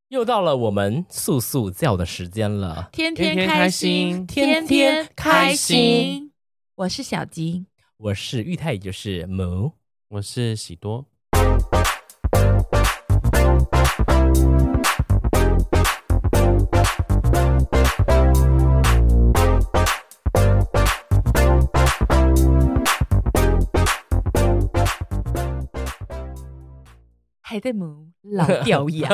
又到了我们素素叫的时间了， 天天开心， 天天开心。 我是小鸡， 我是玉泰，也就是母， 我是喜多。 还在母老掉牙。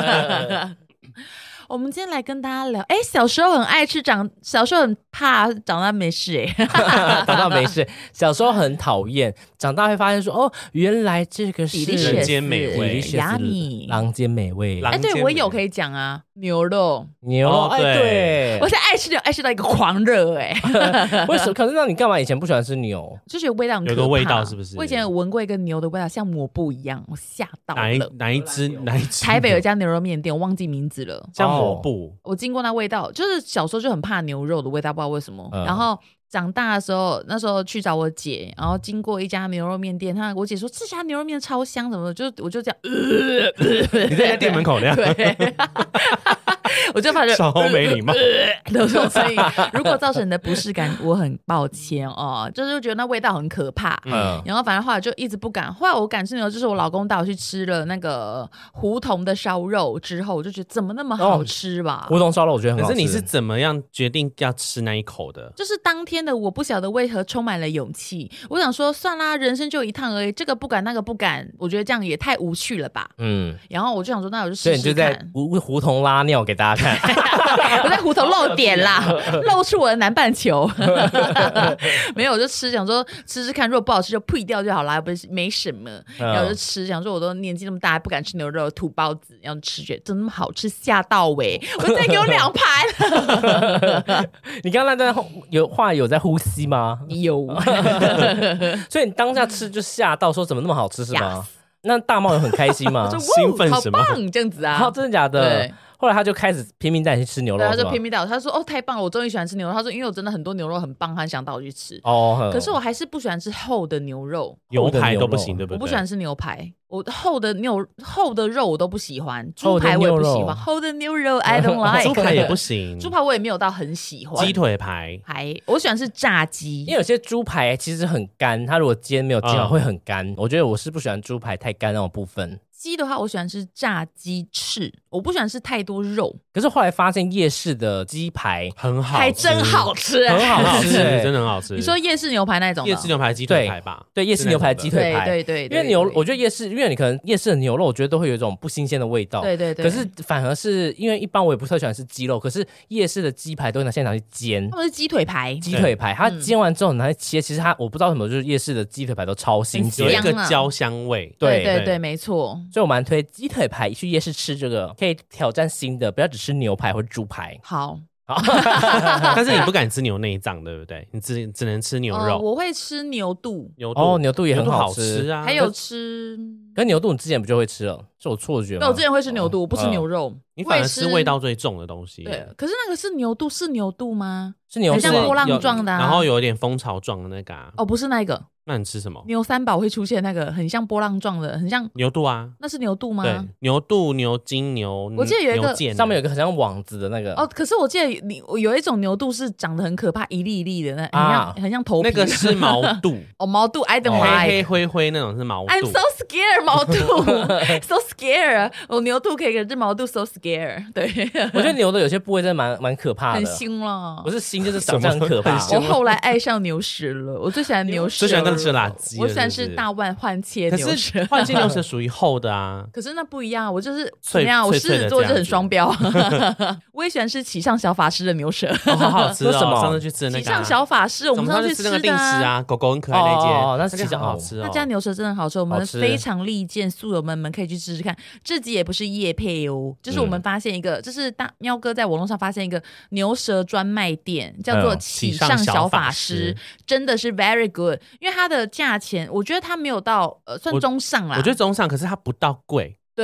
我们今天来跟大家聊，小时候很爱吃，小时候很怕，长大没事长大没事，小时候很讨厌，长大会发现说，哦，原来这个是人间美味， 雅米郎间美味。 对，我有可以讲啊，牛肉， 对， 我现在爱吃牛，爱吃到一个狂热为什么？可是那你干嘛以前不喜欢吃牛？ 就觉得味道很可怕， 有个味道是不是？ 我以前有闻过一个牛的味道，像抹布一样，我吓到了。 哪一只？ 台北有一家牛肉面店，我忘记名字了， 像抹布。 我经过那味道，就是小时候就很怕牛肉的味道，不知道为什么。然后长大的时候，那时候去找我姐，然后经过一家牛肉面店，我姐说这家牛肉面超香，什么的，我就这样， 你在店门口那样， 对，我就发觉超没礼貌那种声音。如果造成你的不适感，我很抱歉哦，就是觉得那味道很可怕。然后反正后来就一直不敢。后来我敢吃牛，就是我老公带我去吃了那个胡同的烧肉之后，我就觉得怎么那么好吃吧？ 胡同烧肉我觉得很好吃。 可是你是怎么样决定要吃那一口的？ 就是当天的我不晓得为何充满了勇气，我想说算啦，人生就一趟而已，这个不敢那个不敢，我觉得这样也太无趣了吧。然后我就想说那我就试试看。所以你就在胡同拉尿给大家看。 我在胡同露点啦，露出我的南半球。没有，我就吃，想说吃吃看，如果不好吃就呸掉就好啦，不是没什么。然后我就吃，想说我都年纪那么大还不敢吃牛肉，土包子，然后吃觉得真那么好吃，吓到我再给我2盘。 你刚刚那段话有在呼吸吗？ 有。 所以你当下吃就吓到说怎么那么好吃是吗？那大茂有很开心吗？ 兴奋什么？ 好棒这样子啊！ 真的假的？对。后来他就开始拼命带你去吃牛肉， 对，他就拼命带我。他说：“哦，太棒了，我终于喜欢吃牛肉。”他说：“因为我真的很多牛肉很棒，他想带我去吃。”可是我还是不喜欢吃厚的牛肉， 牛排都不行，对不对？ 我不喜欢吃牛排，我厚的肉我都不喜欢，猪排我也不喜欢，厚的牛肉 I don't like。 猪排也不行， 猪排我也没有到很喜欢。 鸡腿排， 我喜欢吃炸鸡， 因为有些猪排其实很干，它如果煎没有煎好会很干。我觉得我是不喜欢猪排太干那种部分。 鸡的话，我喜欢吃炸鸡翅，我不喜欢吃太多肉。 可是后来发现夜市的鸡排很好吃， 还真好吃， 很好吃， 真的很好吃。 你说夜市牛排那种？ 夜市牛排鸡腿排吧？ 对，夜市牛排鸡腿排， 对。 因为我觉得夜市，因为你可能夜市的牛肉，我觉得都会有一种不新鲜的味道。 对。 可是反而是因为一般我也不太喜欢吃鸡肉，可是夜市的鸡排都会拿现场去煎。 他们是鸡腿排， 它煎完之后拿去切，其实我不知道什么，就是夜市的鸡腿排都超新鲜， 有一个焦香味。 对，没错。 所以我蛮推鸡腿排去夜市吃，这个可以挑战新的，不要只吃牛排或猪排。 好。 但是你不敢吃牛内脏，对不对？你只能吃牛肉。 我会吃牛肚， 牛肚也很好吃啊。 还有吃， 跟牛肚你之前不就会吃了？是我错觉吗？ 对，我之前会吃牛肚，我不吃牛肉。 你反而吃味道最重的东西。 对，可是那个是牛肚吗？ 是牛肚， 很像波浪状的， 然后有一点蜂巢状的那个啊。 不是那个。 那你吃什么？ 牛三宝会出现那个很像波浪状的，很像牛肚啊。 那是牛肚吗？ 对，牛肚、牛筋、 我记得有一个上面有一个很像网子的那个。 可是我记得有一种牛肚是长得很可怕，一粒一粒的，很像头皮。 那个是毛肚。 毛肚 I don't like。 黑灰灰那种是毛肚。 I'm so scared， 毛肚，so scared。我牛肚可以，可是毛肚 so scared。对， 我觉得牛的有些部位真的蛮可怕的， 很腥了。 不是腥，就是长相很可怕。 我后来爱上牛舌了，我最喜欢牛舌， 最喜欢跟吃垃圾。 我喜欢吃大碗换切牛舌， 可是换切牛舌属于厚的啊。 可是那不一样，我就是怎么样？我狮子座就很双标。我也喜欢吃启上小法师的牛舌， 好好吃哦。 什么？ 上次去吃的那个启上小法师，我们上次去吃那个定食啊，狗狗很可爱那间， 那是很好吃哦。 那家牛舌真的好吃，我们非常力荐宿友们可以去吃吃看。这集也不是业配哦，就是我们发现一个，就是喵哥在网络上发现一个牛舌专卖店，叫做启上小法师，真的是 very good， 因为它的价钱，我觉得它没有到算中上啦， 我觉得中上，可是它不到贵。 对，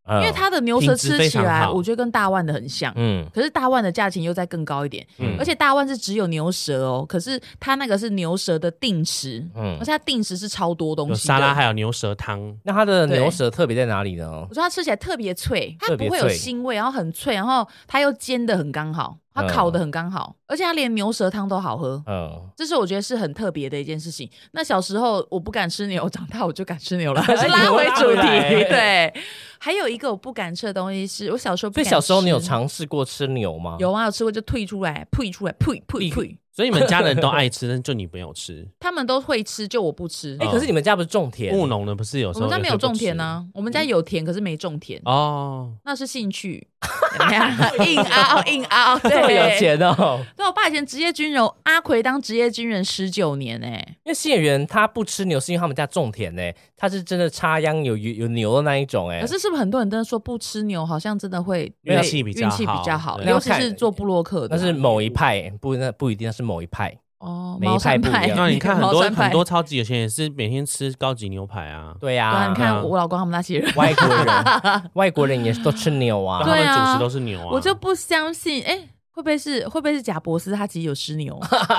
因为它的牛舌吃起来，我觉得跟大万的很像，可是大万的价钱又再更高一点，而且大万是只有牛舌哦，可是它那个是牛舌的定食，而且它定食是超多东西的，有沙拉还有牛舌汤。 那它的牛舌特别在哪里呢？ 我觉得它吃起来特别脆，它不会有腥味，然后很脆，然后它又煎的很刚好。它烤的很刚好，而且它连牛舌汤都好喝，这是我觉得是很特别的一件事情。那小时候我不敢吃牛，长大我就敢吃牛了，还是拉回主题。对，还有一个我不敢吃的东西是我小时候不敢吃。 所以小时候你有尝试过吃牛吗？ 有啊，有吃过就退出来，呸。 所以你们家人都爱吃，但就你没有吃。 他们都会吃，就我不吃。 可是你们家不是种田？ 务农的不是有时候？ 我们家没有种田啊，我们家有田，可是没种田。哦，那是兴趣。硬凹， 这么有钱哦！ 对，我爸以前职业军人，阿奎当职业军人19年因为新演员他不吃牛，是因为他们家种田他是真的插秧有牛的那一种可是是不是很多人真的说不吃牛，好像真的会运气比较好， 尤其是做部落客的。 那是某一派，不一定，那是某一派。 每一派不一样。 那你看很多超级有钱人也是每天吃高级牛排啊。 对啊， 你看我老公他们那些人， 外国人也都吃牛啊， 他们主食都是牛啊。 我就不相信，会不会是贾博士他其实有吃牛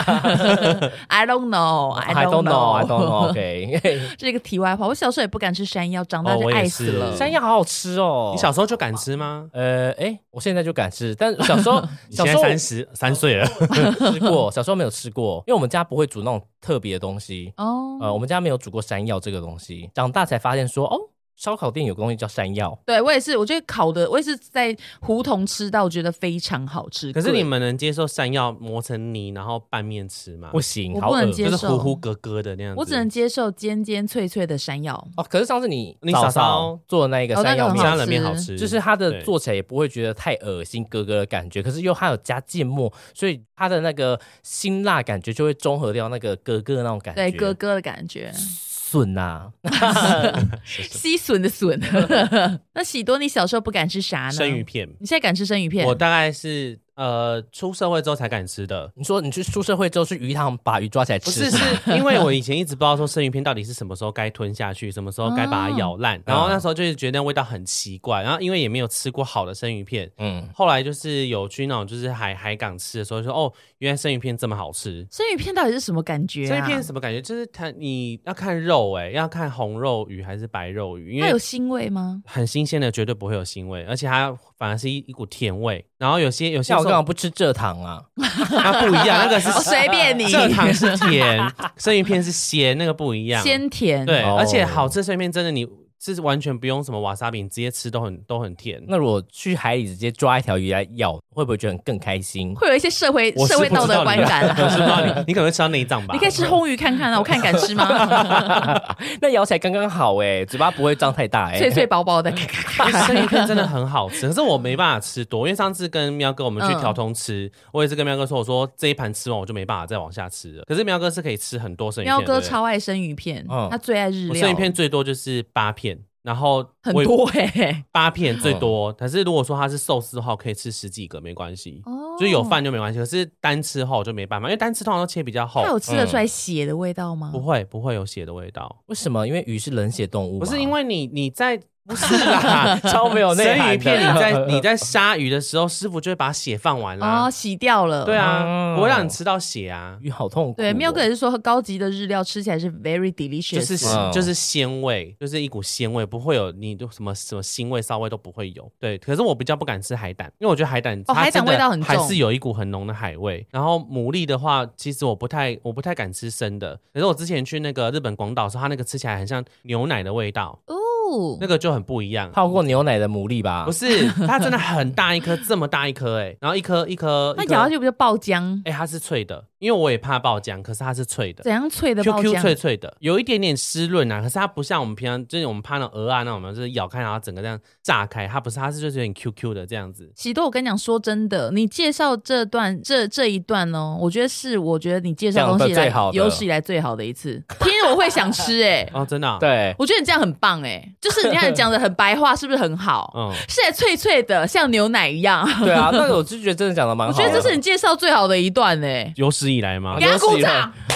？I don't know。 OK， 这是一个题外话。我小时候也不敢吃山药，长大就爱死了。 山药好好吃哦。 你小时候就敢吃吗？ 我现在就敢吃，但小时候你现在33岁了， 吃过，小时候没有吃过，因为我们家不会煮那种特别的东西我们家没有煮过山药这个东西，长大才发现说烧烤店有个东西叫山药。 对，我也是，我觉得烤的，我也是在胡同吃到，我觉得非常好吃。 可是你们能接受山药磨成泥然后拌面吃吗？ 不行， 我不能接受， 就是糊糊格格的那样子。 我只能接受尖尖脆脆的山药。 可是上次你嫂嫂做的那一个山药面，冷面好吃， 就是它的做起来也不会觉得太恶心格格的感觉，可是又还有加芥末，所以它的那个辛辣感觉就会中和掉那个格格的那种感觉， 对，格格的感觉。 笋啊， 吸笋的笋。那喜多，你小时候不敢吃啥呢？ 生鱼片。 你现在敢吃生鱼片？ 我大概是出社会之后才敢吃的。 你说你去出社会之后去鱼塘把鱼抓起来吃？ 不是，是因为我以前一直不知道说生鱼片到底是什么时候该吞下去，什么时候该把它咬烂，然后那时候就是觉得味道很奇怪，然后因为也没有吃过好的生鱼片，后来就是有去那种就是海港吃的时候说原来生鱼片这么好吃。 生鱼片到底是什么感觉生鱼片是什么感觉？就是你要看肉要看红肉鱼还是白肉鱼，因为它有腥味吗？ 很新鲜的绝对不会有腥味，而且它反而是一股甜味。然后有些像我干嘛不吃蔗糖啊？ 那不一样，那个是随便你。 蔗糖是甜，生鱼片是鲜，那个不一样， 鲜甜。 对，而且好吃的生鱼片真的你是完全不用什么瓦萨比，直接吃都很甜。 那如果去海里直接抓一条鱼来咬，会不会觉得更开心？ 会有一些社会道德观感我是不知道你可能会吃到内脏吧？ 你可以吃烘鱼看看啊，我看你敢吃吗？ 那咬起来刚刚好嘴巴不会张太大脆脆薄薄的。 生鱼片真的很好吃，可是我没办法吃多，因为上次跟喵哥我们去调通吃，我也是跟喵哥说，我说这一盘吃完我就没办法再往下吃了。可是喵哥是可以吃很多生鱼片， 喵哥超爱生鱼片，他最爱日料。 生鱼片最多就是8片。然后很多 8片最多，可是如果说它是寿司的话，可以吃10几个没关系，就是有饭就没关系。可是单吃后就没办法，因为单吃通常都切比较厚。 它有吃得出来血的味道吗？ 不会有血的味道。 为什么？因为鱼是冷血动物。 不是因为你在。不是啦， 超没有内涵的。 生鱼片你在杀鱼的时候，师傅就会把血放完啦， 洗掉了。 对啊，不会让你吃到血啊， 鱼好痛苦。 对，喵哥也是说高级的日料吃起来是 very delicious， 就是鲜味，就是一股鲜味，不会有你什么腥味、骚味都不会有。对，可是我比较不敢吃海胆，因为我觉得海胆海胆味道很重， 还是有一股很浓的海味。然后牡蛎的话，其实我不太敢吃生的。可是我之前去那个日本广岛的时候，它那个吃起来很像牛奶的味道。那个就很不一样， 泡过牛奶的牡蛎吧？ 不是，它真的很大一颗，这么大一颗然后一颗， 它咬下去不就爆浆？ 它是脆的，因为我也怕爆浆，可是它是脆的。 怎样脆的爆浆 ？QQ 脆脆的，有一点点湿润可是它不像我们平常就是我们怕那种鹅啊那种，就是咬开然后整个这样炸开，它不是，它是就是有点 QQ 的这样子。 喜多，我跟你讲，说真的，你介绍这一段我觉得你介绍东西来有史以来最好的一次，听着我会想吃真的对， 我觉得你这样很棒就是你看讲的很白话，是不是很好？是脆脆的，像牛奶一样。 对啊，那我就觉得真的讲的蛮好的。 我觉得这是你介绍最好的一段有史以来吗？ 给他鼓掌。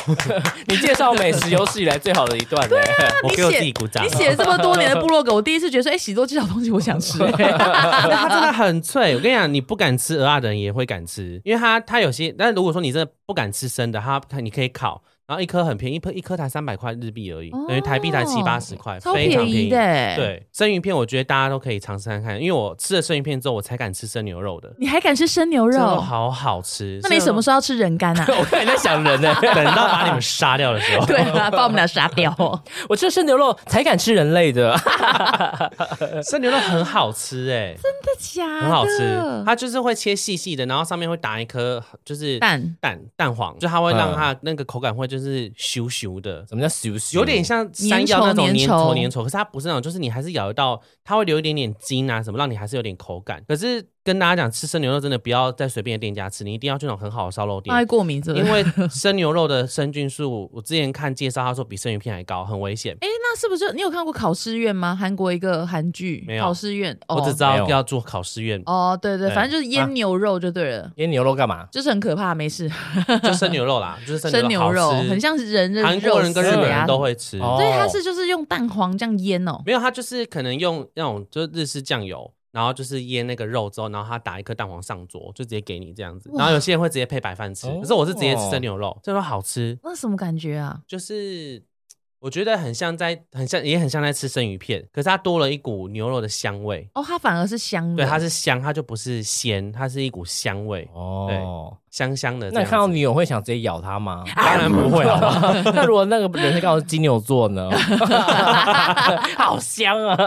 你介绍美食有史以来最好的一段嘞， 我给我自己鼓掌。 你写了这么多年的部落格，我第一次觉得说，喜多介绍东西我想吃。 它真的很脆，我跟你讲，你不敢吃蚵仔的人也会敢吃，因为它有些，但如果说你真的不敢吃生的，你可以烤。然后一颗很便宜，一颗才300块日币而已，等于台币才70-80块， 超非常便宜的。 对，生鱼片我觉得大家都可以尝试看看，因为我吃了生鱼片之后，我才敢吃生牛肉的。 你还敢吃生牛肉？ 真的好好吃。 那你什么时候要吃人干啊？ 我刚才在想人呢， 等到把你们杀掉的时候。 对啊，把我们俩杀掉。 我吃生牛肉才敢吃人类的。 生牛肉很好吃真的假的？ 很好吃，它就是会切细细的，然后上面会打一颗就是蛋黄，就它会让它那个口感会就是咻咻的。 什么叫咻咻？ 有点像山药那种粘稠，可是它不是那种，就是你还是咬得到，它会留一点点筋啊什么，让你还是有点口感。可是跟大家讲，吃生牛肉真的不要在随便的店家吃，你一定要去那种很好的烧肉店。 它会过敏， 因为生牛肉的生菌数，我之前看介绍，他说比生鱼片还高，很危险。 那是不是你有看过考试院吗？韩国一个韩剧， 没有考试院， 我只知道要做考试院。 对，反正就是腌牛肉就对了。 腌牛肉干嘛？ 就是很可怕，没事。 就生牛肉啦，就是生牛肉，很像人的肉。 韩国人跟日本人都会吃。 对，它是就是用蛋黄这样腌哦。 没有，它就是可能用那种就是日式酱油。然后就是腌那个肉之后，然后他打一颗蛋黄上桌，就直接给你这样子。然后有些人会直接配白饭吃，可是我是直接吃生牛肉，这都好吃。 那什么感觉啊？ 就是我觉得也很像在吃生鱼片，可是它多了一股牛肉的香味。 它反而是香的。 对，它是香，它就不是鲜，它是一股香味。对，香香的。 那你看到女友会想直接咬它吗？ 当然不会啊。 那如果那个人是刚好是金牛座呢？好香啊！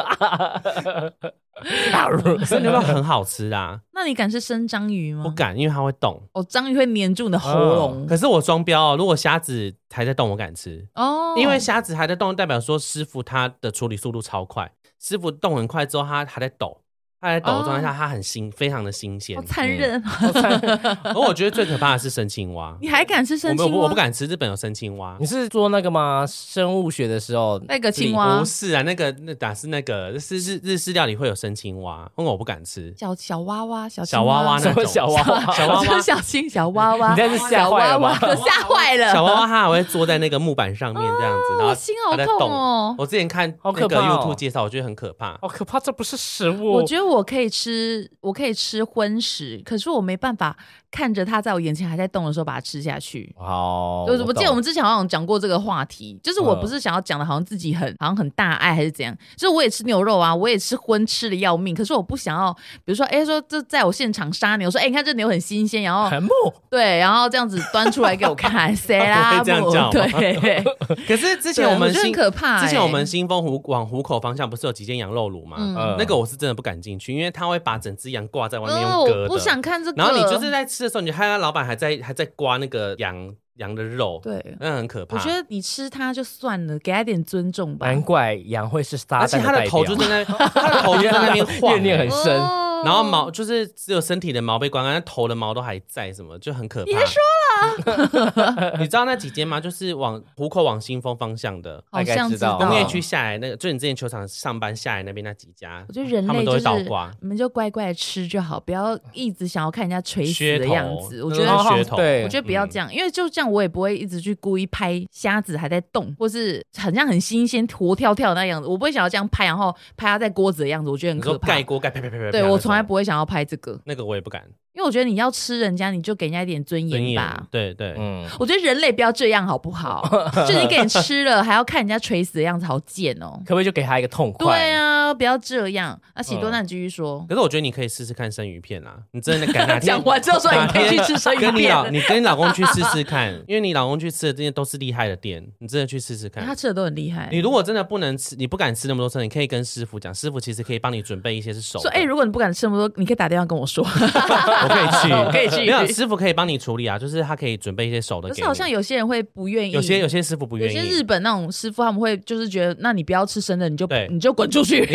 生牛肉很好吃啊。 那你敢吃生章鱼吗？ 不敢，因为它会动。 章鱼会黏住你的喉咙。 可是我双标如果虾子还在动，我敢吃。因为虾子还在动，代表说师傅他的处理速度超快。师傅动很快之后，他还在抖。它在抖的状态下，它很非常的新鲜， 好残忍。 而我觉得最可怕的是生青蛙。 你还敢吃生青蛙？ 我不敢吃，日本有生青蛙。 你是做那个吗？生物学的时候那个青蛙？ 不是啊，那打是那个是日式料理会有生青蛙，我不敢吃。 小娃娃， 小娃娃那种小娃娃， 小娃娃，小青小娃娃。 你这是吓坏了吗？ 吓坏了。 小娃娃它还会坐在那个木板上面这样子，然后心好痛哦。 我之前看那个 YouTube 介绍，我觉得很可怕。 好可怕，这不是食物。 我觉得我可以吃荤食，可是我没办法看着它在我眼前还在动的时候把它吃下去。我记得我们之前好像讲过这个话题，就是我不是想要讲的好像自己好像很大爱还是怎样，就是我也吃牛肉啊，我也吃荤吃的要命，可是我不想要，比如说说这在我现场杀牛，说你看这牛很新鲜，然后对，然后这样子端出来给我看，谁啦？ 这样叫对。 可是之前我们很可怕。 之前我们新丰往湖口方向不是有几间羊肉炉吗？那个我是真的不敢进去，因为他会把整只羊挂在外面用割的。 我不想看这个。 然后你就是在吃的时候，你就看到老板还在刮那个羊的肉， 对， 那很可怕。 我觉得你吃它就算了，给它点尊重吧。 难怪羊会是撒旦的代表， 而且它的头就在那边晃， 怨念很深。 然后毛就是只有身体的毛被刮干，但头的毛都还在，什么就很可怕。 别说了， 你知道那几间吗？就是往湖口往新丰方向的， 好像知道工业区下来那个，就你之前球场上班下来那边那几家。 我觉得人类就是你们就乖乖的吃就好，不要一直想要看人家垂死的样子。我觉得对， 我觉得不要这样，因为就这样我也不会一直去故意拍虾子还在动，或是很像很新鲜活跳跳的那样子，我不会想要这样拍，然后拍它在锅子的样子，我觉得很可怕。 盖锅盖啪啪啪啪。 对，我从来不会想要拍这个， 那个我也不敢。 因为我觉得你要吃人家，你就给人家一点尊严吧。 对对， 我觉得人类不要这样好不好？就你给人吃了，还要看人家垂死的样子，好贱哦！ 可不可以就给他一个痛快？ 对啊，不要这样。那喜多，那你继续说。 可是我觉得你可以试试看生鱼片啦，你真的敢哪天讲完之后说你可以去吃生鱼片， 你跟你老公去试试看，因为你老公去吃的这些都是厉害的店，你真的去试试看。 他吃的都很厉害。 你如果真的不能吃，你不敢吃那么多生，你可以跟师傅讲，师傅其实可以帮你准备一些是熟的。 说如果你不敢吃那么多，你可以打电话跟我说， 我可以去。 没有，师傅可以帮你处理啊，就是他可以准备一些熟的给你。 可是好像有些人会不愿意， 有些师傅不愿意。 有些日本那种师傅他们会就是觉得，那你不要吃生的，你就滚出去。 你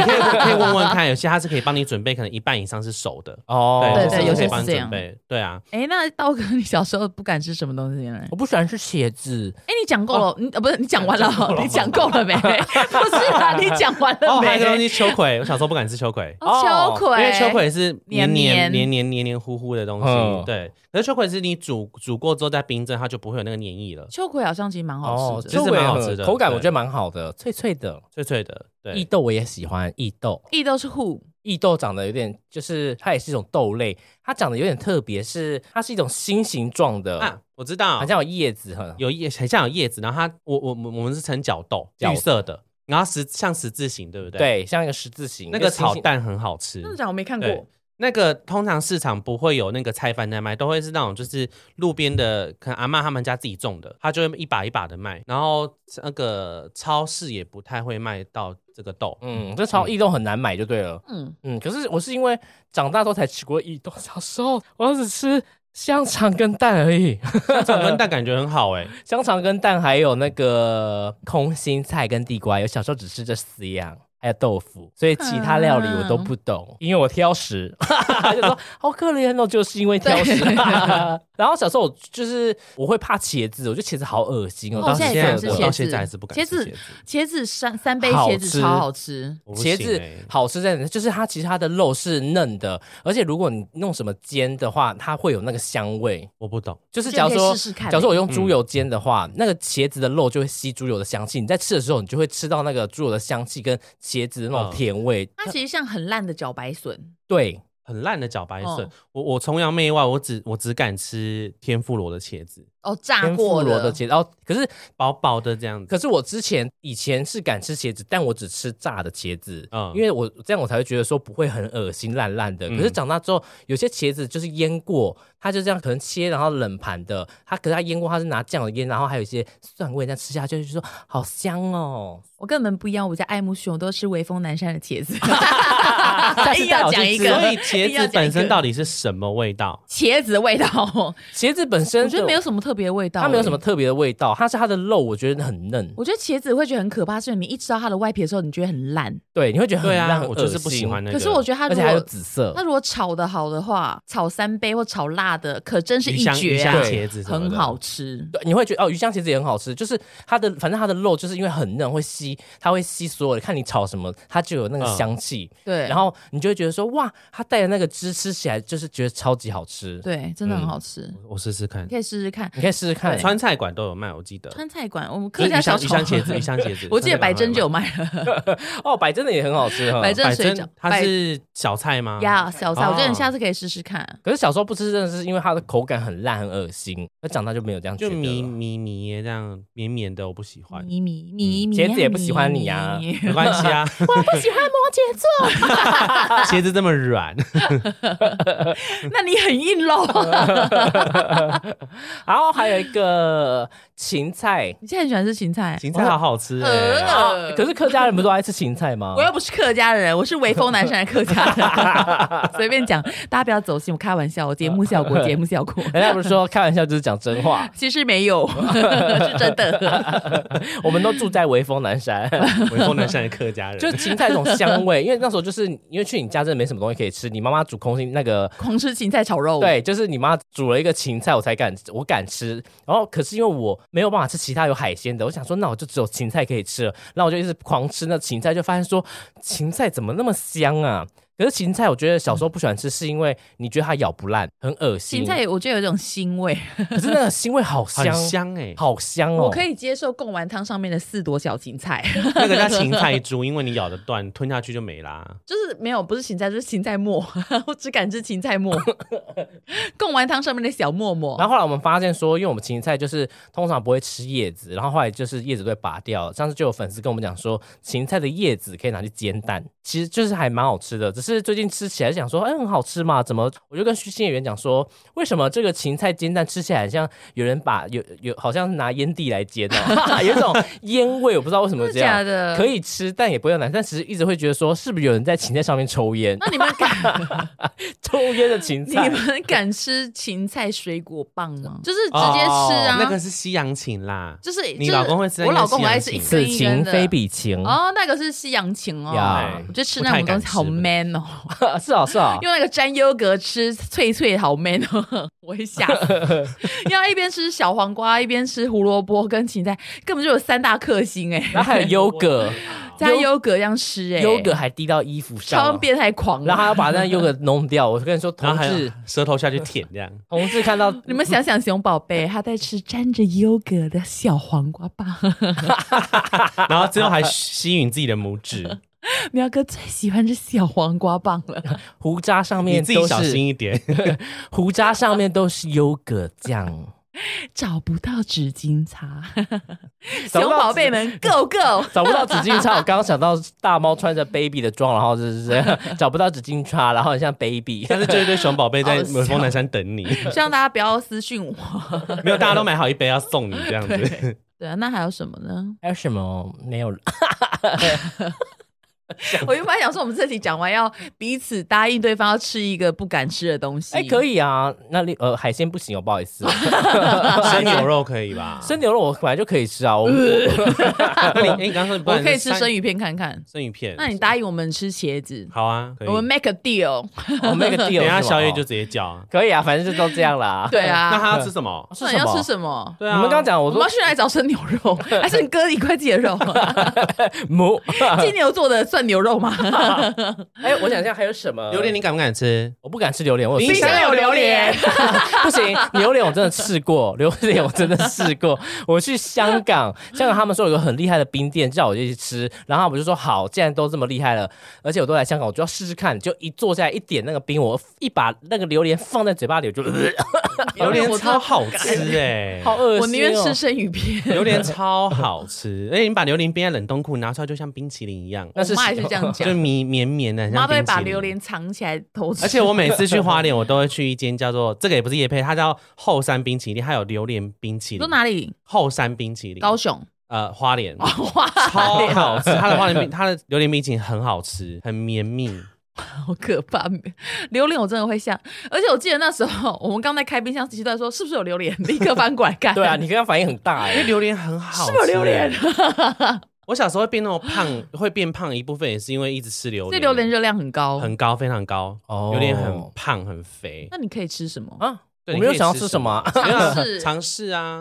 可以问问看，有些它是可以帮你准备，可能一半以上是熟的哦。 对，有些是这样。 对啊。 那刀哥，你小时候不敢吃什么东西呢？ 我不喜欢吃茄子。 你讲够了，不是你讲完了，你讲够了没？不是啊，你讲完了没？ 还有一个东西秋葵，我小时候不敢吃秋葵。 秋葵， 因为秋葵是黏糊糊的东西，对。可是秋葵是你煮过之后再冰镇，它就不会有那个黏液了。 秋葵好像其实蛮好吃的， 其实蛮好吃的， 口感我觉得蛮好的，脆脆的。 对， 异豆我也喜欢异豆。 异豆是异豆长得有点，就是它也是一种豆类，它长得有点特别，它是一种心形状的啊，我知道， 好像有叶子， 很像有叶子，然后我们是称角豆，绿色的，然后像十字形，对不对？ 对，像一个十字形。 那个炒蛋很好吃， 真的假的？我没看过。 那个通常市场不会有那个菜贩在卖，都会是那种就是路边的，可能阿嬷他们家自己种的，他就会一把一把的卖。然后那个超市也不太会卖到这个豆， 这异豆很难买就对了。可是我是因为长大之后才吃过异豆，小时候我只吃香肠跟蛋而已。 香肠跟蛋感觉很好香肠跟蛋还有那个空心菜跟地瓜，有小时候只吃这4样。还有豆腐，所以其他料理我都不懂，因为我挑食。就说好可怜哦，就是因为挑食。然后小时候我会怕茄子，我觉得茄子好恶心哦。 到现在还是不敢吃茄子三杯茄子超好吃， 茄子好吃在哪？就是其实它的肉是嫩的，而且如果你弄什么煎的话，它会有那个香味。 我不懂， 就是假如说我用猪油煎的话，那个茄子的肉就会吸猪油的香气，你在吃的时候，你就会吃到那个猪油的香气跟茄子的那种甜味。 它其实像很烂的茭白笋， 对。 很烂的茭白笋，我崇洋媚外，我只敢吃天妇罗的茄子。 炸过的茄子，可是薄薄的这样子。 可是我以前是敢吃茄子，但我只吃炸的茄子，因为这样我才会觉得说不会很恶心烂烂的。可是长大之后，有些茄子就是腌过，它就这样可能切然后冷盘的，可是它腌过，它是拿酱油腌，然后还有一些蒜味，这样吃下去就说好香哦。 我跟你们不一样，我家爱慕虚荣，都吃微风南山的茄子。 硬要讲一个， 所以茄子本身到底是什么味道？ 茄子的味道， 茄子本身我觉得没有什么特别的味道， 它没有什么特别的味道，它是它的肉，我觉得很嫩。 我觉得茄子会觉得很可怕，是你一吃到它的外皮的时候，你觉得很烂， 对，你会觉得很烂， 我就是不喜欢那个。 可是我觉得它而且还有紫色， 它如果炒的好的话，炒3杯或炒辣的，可真是一绝啊！ 茄子很好吃， 对，你会觉得鱼香茄子也很好吃，就是反正它的肉就是因为很嫩，它会吸所有的，看你炒什么，它就有那个香气， 对， 然后你就会觉得说哇，它带的那个汁吃起来就是觉得超级好吃， 对，真的很好吃。 我试试看， 你可以试试看， 川菜馆都有卖，我记得。 川菜馆我们客家小炒鱼香茄子， 我记得百珍就有卖了。 百珍的也很好吃， 百珍水饺， 它是小菜吗？ 小菜，我觉得你下次可以试试看。 可是小时候不吃，真的是因为它的口感很烂很恶心，那长大就没有这样觉得， 就绵这样绵绵的，我不喜欢。 茄子也不喜欢你啊， 没关系啊， 我不喜欢摩羯座， 茄子这么软， 那你很硬喽。 然后还有一个芹菜， 你现在很喜欢吃芹菜？ 芹菜好好吃可是客家人不都爱吃芹菜吗？ 我又不是客家人，我是微风南山的客家人。随便讲，大家不要走心，我开玩笑，节目效果。 人家不是说开玩笑就是讲真话， 其实没有，是真的。 我们都住在微风南山， 微风南山的客家人， 就是芹菜这种香味。因为那时候就是因为去你家真的没什么东西可以吃，你妈妈煮狂吃芹菜炒肉， 对，就是你妈煮了一个芹菜，我敢吃。然后可是因为我没有办法吃其他有海鲜的，我想说那我就只有芹菜可以吃了，然后我就一直狂吃那芹菜，就发现说芹菜怎么那么香啊。可是芹菜我觉得小时候不喜欢吃，是因为你觉得它咬不烂，很恶心。 芹菜我觉得有一种腥味， 可是那个腥味好香， 很香好香哦。 我可以接受贡丸汤上面的4朵小芹菜， 那个叫芹菜珠，因为你咬得断，吞下去就没啦。 就是没有，不是芹菜，就是芹菜末，我只敢吃芹菜末。贡丸汤上面的小沫沫。 然后后来我们发现说，因为我们芹菜就是通常不会吃叶子，然后后来就是叶子都会拔掉。上次就有粉丝跟我们讲说，芹菜的叶子可以拿去煎蛋，其实就是还蛮好吃的。这是最近吃起来想说，很好吃嘛？怎么？我就跟新演员讲说，为什么这个芹菜煎蛋吃起来很像有人把有好像是拿烟蒂来煎哦，有一种烟味，我不知道为什么这样。 假的， 可以吃，但也不会有难，但其实一直会觉得说，是不是有人在芹菜上面抽烟？ 那你们敢抽烟的芹菜？ 你们敢吃芹菜水果棒吗？就是直接吃啊， 那个是西洋芹啦， 就是你老公会吃， 我老公爱吃一此情非彼情哦，那个是西洋芹哦，我觉得吃那种东西好 man 哦， 是啊是啊， 用那个沾优格吃脆脆好 man 哦，我会吓死，要一边吃小黄瓜一边吃胡萝卜跟芹菜，根本就有3大克星哎， 然后还有优格， 加优格这样吃哎， 优格还滴到衣服上， 超变态狂， 然后还要把那优格弄掉。我跟你说，同志舌头下去舔这样， 同志看到你们想想熊宝贝他在吃沾着优格的小黄瓜棒， 然后最后还吸吮自己的拇指。 苗哥最喜欢吃小黄瓜棒了， 胡渣上面你自己小心一点， 胡渣上面都是优格酱。 找不到纸巾擦，熊宝贝们 go go， 找不到纸巾擦。我刚刚想到大猫穿着 baby 的装，然后就是找不到纸巾擦，然后很像 baby。 但是就一堆熊宝贝在美丰南山等你。 希望大家不要私讯我， 没有，大家都买好一杯要送你这样子。 对啊，那还有什么呢？ 还有什么没有？ 我原本想说，我们这集讲完要彼此答应对方要吃一个不敢吃的东西。 可以啊。那海鲜不行哦，不好意思。 生牛肉可以吧？ 生牛肉我本来就可以吃啊。 你刚刚说我可以吃生鱼片看看。 生鱼片？ 那你答应我们吃茄子？ 好啊，可以。 我们 make a deal， 我 make a deal。 等一下宵夜就直接叫。 可以啊，反正就都这样啦。 对啊。 那他要吃什么？ 那你要吃什么？ 对啊。 你们刚刚讲，我们要去哪里找生牛肉？还是你割一块自己的肉？金牛做的算牛肉吗？ 我想一下还有什么榴莲，你敢不敢吃？ 我不敢吃榴莲，我冰箱有榴莲， 不行，榴莲我真的吃过，榴莲我真的试过。我去香港他们说有个很厉害的冰店，叫我就去吃，然后我就说好，既然都这么厉害了，而且我都来香港，我就要试试看。就一坐下来一点那个冰，我一把那个榴莲放在嘴巴里，我就榴莲超好吃哎， 好恶心哦！ 我宁愿吃生鱼片， 榴莲超好吃，而且你把榴莲冰在冷冻库拿出来，就像冰淇淋一样。 我妈也是这样讲， 就绵绵的， 妈都会把榴莲藏起来偷吃。 而且我每次去花莲，我都会去一间叫做这个也不是业配，它叫后山冰淇淋，它有榴莲冰淇淋。 说哪里？ 后山冰淇淋， 高雄。 花莲， 超好吃。它的榴莲冰淇淋很好吃，很绵密。 好可怕！榴莲我真的会吓，而且我记得那时候我们刚在开冰箱，琪琪都在说是不是有榴莲，立刻翻过来看。 对啊，你刚刚反应很大因为榴莲很好吃。 是不是有榴莲？ 我小时候会变那么胖，会变胖一部分也是因为一直吃榴莲。 这榴莲热量很高， 很高，非常高。榴莲很胖很肥。 那你可以吃什么啊？我没有想要吃什么， 尝试啊！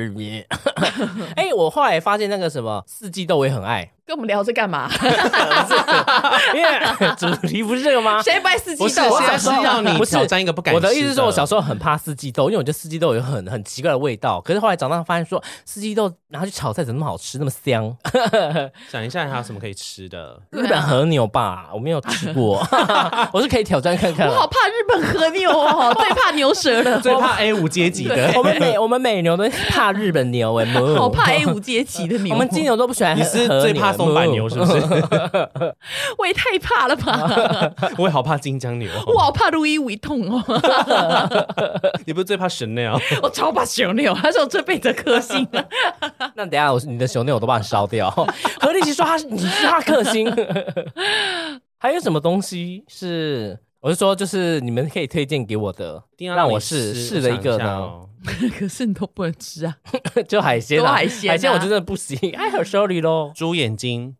我后来发现那个什么四季豆我也很爱。 跟我们聊这干嘛？ 因为主题不是这个吗？ 谁不爱四季豆？ 我小时候要你挑战一个不敢吃的。 我的意思是说，我小时候很怕四季豆，因为我觉得四季豆有很奇怪的味道。可是后来长大发现说，四季豆拿去炒菜怎么那么好吃，那么香？ 想一下还有什么可以吃的？ 日本和牛吧，我没有吃过，我是可以挑战看看。 我好怕日本和牛哦，最怕牛舌了， 最怕 A5 阶级的。 我们美牛都怕日本牛好怕 A5 阶级的牛。 我们金牛都不喜欢。 你是最怕松板牛是不是？ 我也太怕了吧！ 我也好怕金江牛， 我好怕路易威痛哦。 你不是最怕Chanel？ 我超怕Chanel，他是我这辈子的克星。 那等一下你的Chanel我都把你烧掉。何立奇说你是他克星。还有什么东西是？我是说，就是你们可以推荐给我的，让我试了一个呢。 可是你都不能吃啊， 就海鲜啊， 海鲜我真的不行。哎，很 sorry 咯。 猪眼睛。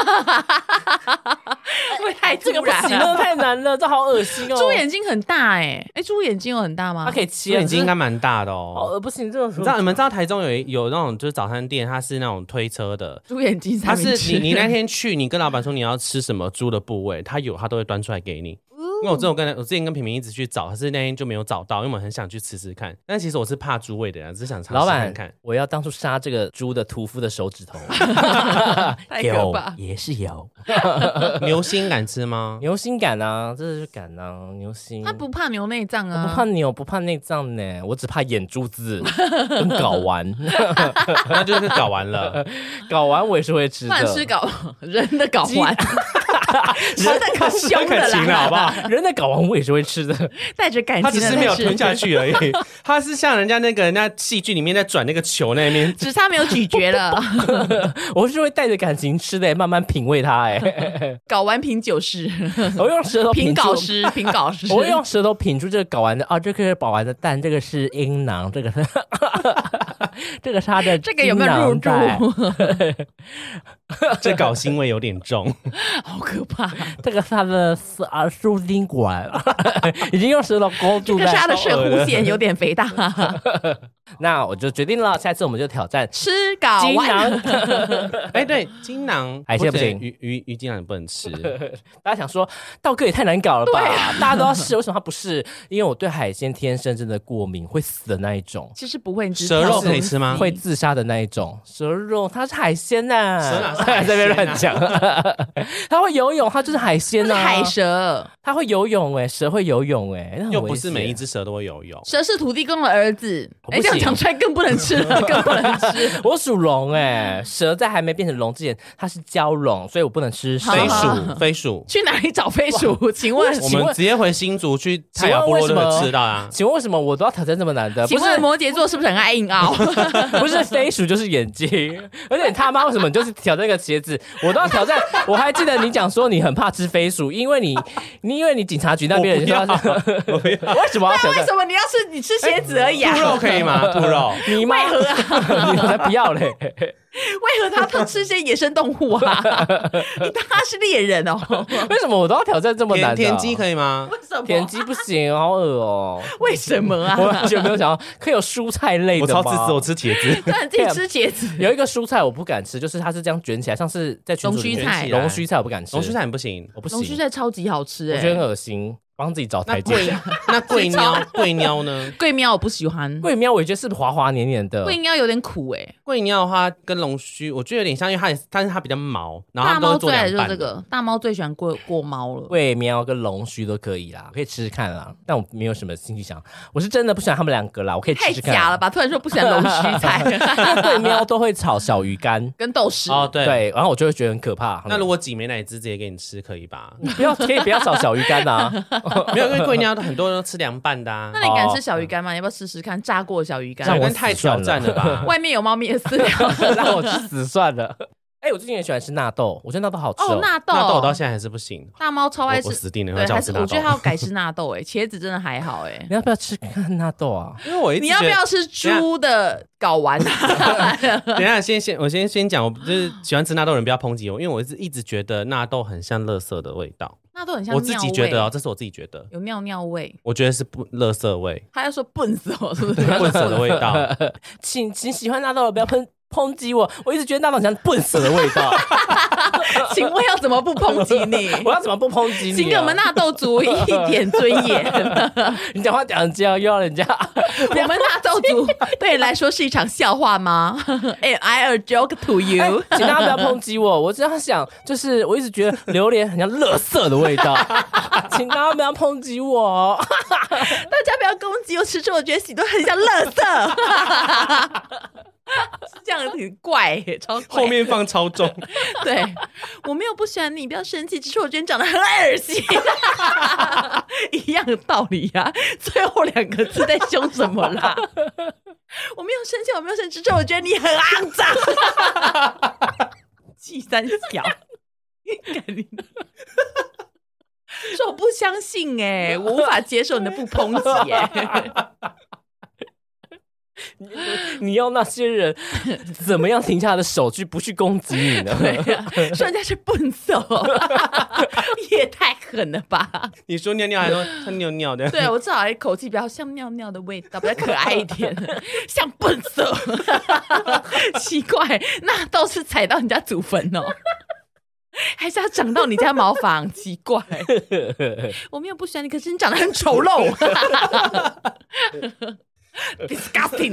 会太突然了，这个不行了，太难了，这好恶心哦。 猪眼睛很大猪眼睛有很大吗？ 它可以切， 猪眼睛应该蛮大的哦。 不行，这种你们知道台中有那种就是早餐店，它是那种推车的猪眼睛， 它是你那天去，你跟老板说你要吃什么猪的部位，他都会端出来给你。因为我之前跟平平一直去找，可是那天就没有找到，因为我们很想去吃吃看。但其实我是怕猪味的人，只是想尝试看看。老板， 我要当初杀这个猪的屠夫的手指头， 太可怕， 也是有。 牛心敢吃吗？ 牛心敢啊，这是敢啊，牛心。 他不怕牛内脏啊， 我不怕牛，不怕内脏呢，我只怕眼珠子跟睾丸。 那就是睾丸了， 睾丸我也是会吃的。 饭吃人的睾丸。 人的可凶的啦， 好不好？ 人的睾丸我也是会吃的， 带着感情的， 他只是没有吞下去而已。他是像人家戏剧里面在转那个球那边， 只是他没有咀嚼了。 我是会带着感情吃的，慢慢品味它。 睾丸品酒师， 我用舌头品睾师， 我会用舌头品出这个睾丸的这个是睾丸的蛋，这个是阴囊，这个是这个是它的， 这个有没有入住？ 这睾腥味有点重， 好可怕。 这个是它的输精管，已经用舌头勾住。 这个是它的射弧线有点肥大。 那我就决定了，下次我们就挑战吃睾丸。 对，精囊海鲜不行， 鱼精囊也不能吃。 大家想说道哥也太难搞了吧？大家都要试，为什么他不是？因为我对海鲜天生真的过敏，会死的那一种。 其实不会， 蛇肉可以吃吗？ 会自杀的那一种。蛇肉它是海鲜呐， 蛇哪是海鲜啊？ 在那边乱讲。它会游泳，它就是海鲜啊。 海蛇， 它会游泳蛇会游泳又不是每一只蛇都会游泳。 蛇是土地公的儿子，这样讲出来更不能吃了，更不能吃。 我属龙蛇在还没变成龙之前，它是蛟龙，所以我不能吃飞鼠。 去哪里找飞鼠？请问我们直接回新竹去泰雅部落就能吃到啊。 请问为什么我都要挑战这么难的？ 请问摩羯座是不是很爱硬凹？ 不是飞鼠就是眼睛，而且他妈为什么就是挑战那个茄子，我都要挑战。我还记得你讲说你很怕吃飞鼠，因为你警察局那边人说，为什么要挑战？ 为什么你要吃？你吃蝎子而已啊？ 兔肉可以吗？兔肉， 你为何啊？你才不要嘞！ 为何他吃些野生动物啊？你当他是猎人哦？ 为什么我都要挑战这么难的？ 田鸡可以吗？ 为什么田鸡不行，好恶哦！ 为什么啊？ 我完全没有想到可以有蔬菜类的吗？ 我超自私，我吃茄子。 对，你自己吃茄子。 有一个蔬菜我不敢吃，就是它是这样卷起来，像是在龙须菜， 龙须菜我不敢吃， 龙须菜你不行， 我不行。 龙须菜超级好吃， 我觉得很恶心。帮自己找台阶。 那桂喵呢？ 桂喵我不喜欢， 桂喵我觉得是滑滑黏黏的。 桂喵有点苦桂喵的话跟龙须我觉得有点像，因为但是它比较毛，然后大猫最爱就是这个，大猫最喜欢过猫了。 桂喵跟龙须都可以啦，可以吃吃看啦。但我没有什么兴趣想，我是真的不喜欢他们两个啦，我可以吃吃看。 太假了吧！突然说不喜欢龙须菜， 桂喵都会炒小鱼干跟豆豉哦，对， 然后我就会觉得很可怕。 那如果挤美乃滋直接给你吃可以吧？ 可以不要炒小鱼干啊？ 没有，因为桂喵很多人都吃凉拌的啊。 那你敢吃小鱼干吗？要不要试试看炸过小鱼干？ 小鱼干太挑战了吧？ 外面有猫咪的饲料， 让我去死算了。我最近也喜欢吃纳豆，我觉得纳豆好吃哦。 纳豆我到现在还是不行。 大猫超爱吃， 我死定了。 对，还是我觉得它要改吃纳豆茄子真的还好你要不要吃看纳豆啊？ 因为我一直你要不要吃猪的睾丸？ 等一下，我先讲，我就是喜欢吃纳豆的人不要抨击我，因为我一直觉得纳豆很像垃圾的味道。 纳豆很像尿味， 我自己觉得哦，这是我自己觉得有尿味， 我觉得是垃圾味。 他要说笨死我，是不是？ 笨死的味道。 请喜欢纳豆的不要抨击我，我一直觉得纳豆很像笨死的味道。 请问要怎么不抨击你？ 我要怎么不抨击你？ 请给我们纳豆族一点尊严。 你讲话讲这样又要人家， 我们纳豆族对你来说是一场笑话吗？Am I a joke to you？ 请大家不要抨击我，我这样想，就是我一直觉得榴莲很像垃圾的味道。请大家不要抨击我， 大家不要攻击我，其实我觉得喜多很像垃圾。是这样很怪超怪， 后面放超重。 对，我没有不喜欢你，不要生气，只是我觉得你长得很恶心。一样的道理呀，最后2个字在凶什么啦？我没有生气，我没有生气，只是我觉得你很肮脏。气三小，说我不相信我无法接受你的不抨击你要那些人怎么样停下他的手去不去攻击你呢？ 对呀，说人家是笨手，也太狠了吧！ 你说尿尿还说像尿尿的， 对我至少一口气比较像尿尿的味道，比较可爱一点，像笨手。奇怪，那都是踩到人家祖坟哦。还是要长到你家茅房？奇怪，我没有不喜欢你，可是你长得很丑陋。disgusting。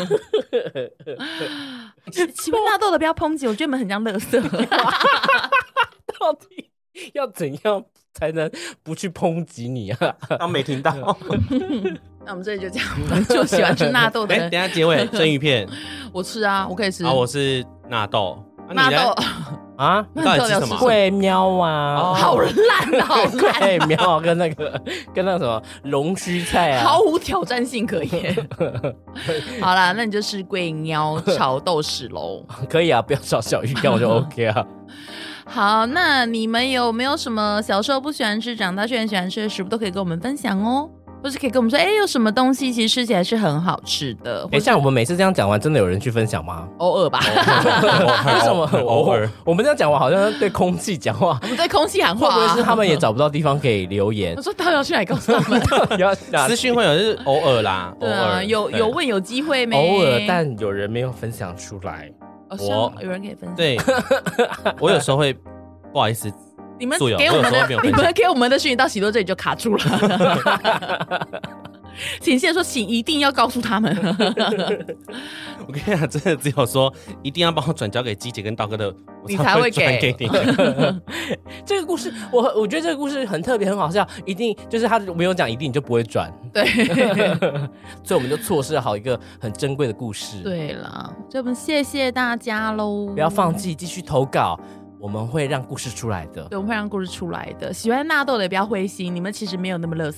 请问纳豆的不要抨击，我觉得你们很像垃圾。 到底要怎样才能不去抨击你啊？ 当没听到。 那我们这里就这样，我们就喜欢吃纳豆的。 等一下结尾生鱼片， 我吃啊，我可以吃。 我是纳豆。 纳豆啊， 你到底吃什么？ 桂喵啊， 好烂，好烂！ 桂喵跟那个什么龙须菜啊， 毫无挑战性可言。好啦，那你就吃桂喵炒豆豉喽。 可以啊，不要炒小鱼干我就 OK 啊。 好，那你们有没有什么小时候不喜欢吃，长大却很喜欢吃的食物，都可以跟我们分享哦。或是可以跟我们说，有什么东西其实吃起来是很好吃的。 像我们每次这样讲完，真的有人去分享吗？ 偶尔吧。 为什么偶尔？ 我们这样讲完，好像对空气讲话。 我们对空气喊话， 会不会是他们也找不到地方可以留言？ 我说到底要去哪里告诉他们？ 私讯会有，就是偶尔啦。 对啊，有问有机会没？ 偶尔，但有人没有分享出来。 有人可以分享。 对，我有时候会不好意思。 你们给我们的讯息到喜多这里就卡住了。请现在说，请一定要告诉他们。 我跟你讲，真的只有说一定要帮我转交给鸡姐跟道哥的， 你才会给你。 这个故事，我觉得这个故事很特别，很好笑。一定就是他没有讲，一定你就不会转。 对， 所以我们就错失了好一个很珍贵的故事。 对了，就我们谢谢大家喽！ 不要放弃，继续投稿。我们会让故事出来的， 对，我们会让故事出来的。喜欢纳豆的也不要灰心，你们其实没有那么垃圾。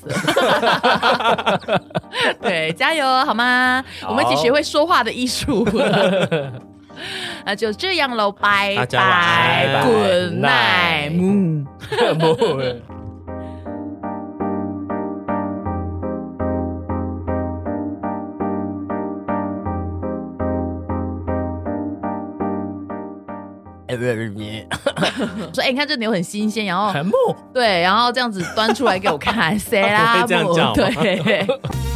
对，加油好吗？我们一起学会说话的艺术。那就这样喽，拜拜， 拜拜 ，Good night，说你看这牛很新鲜，然后对，然后这样子端出来给我看，谁啦？ 这样叫吗？ 对。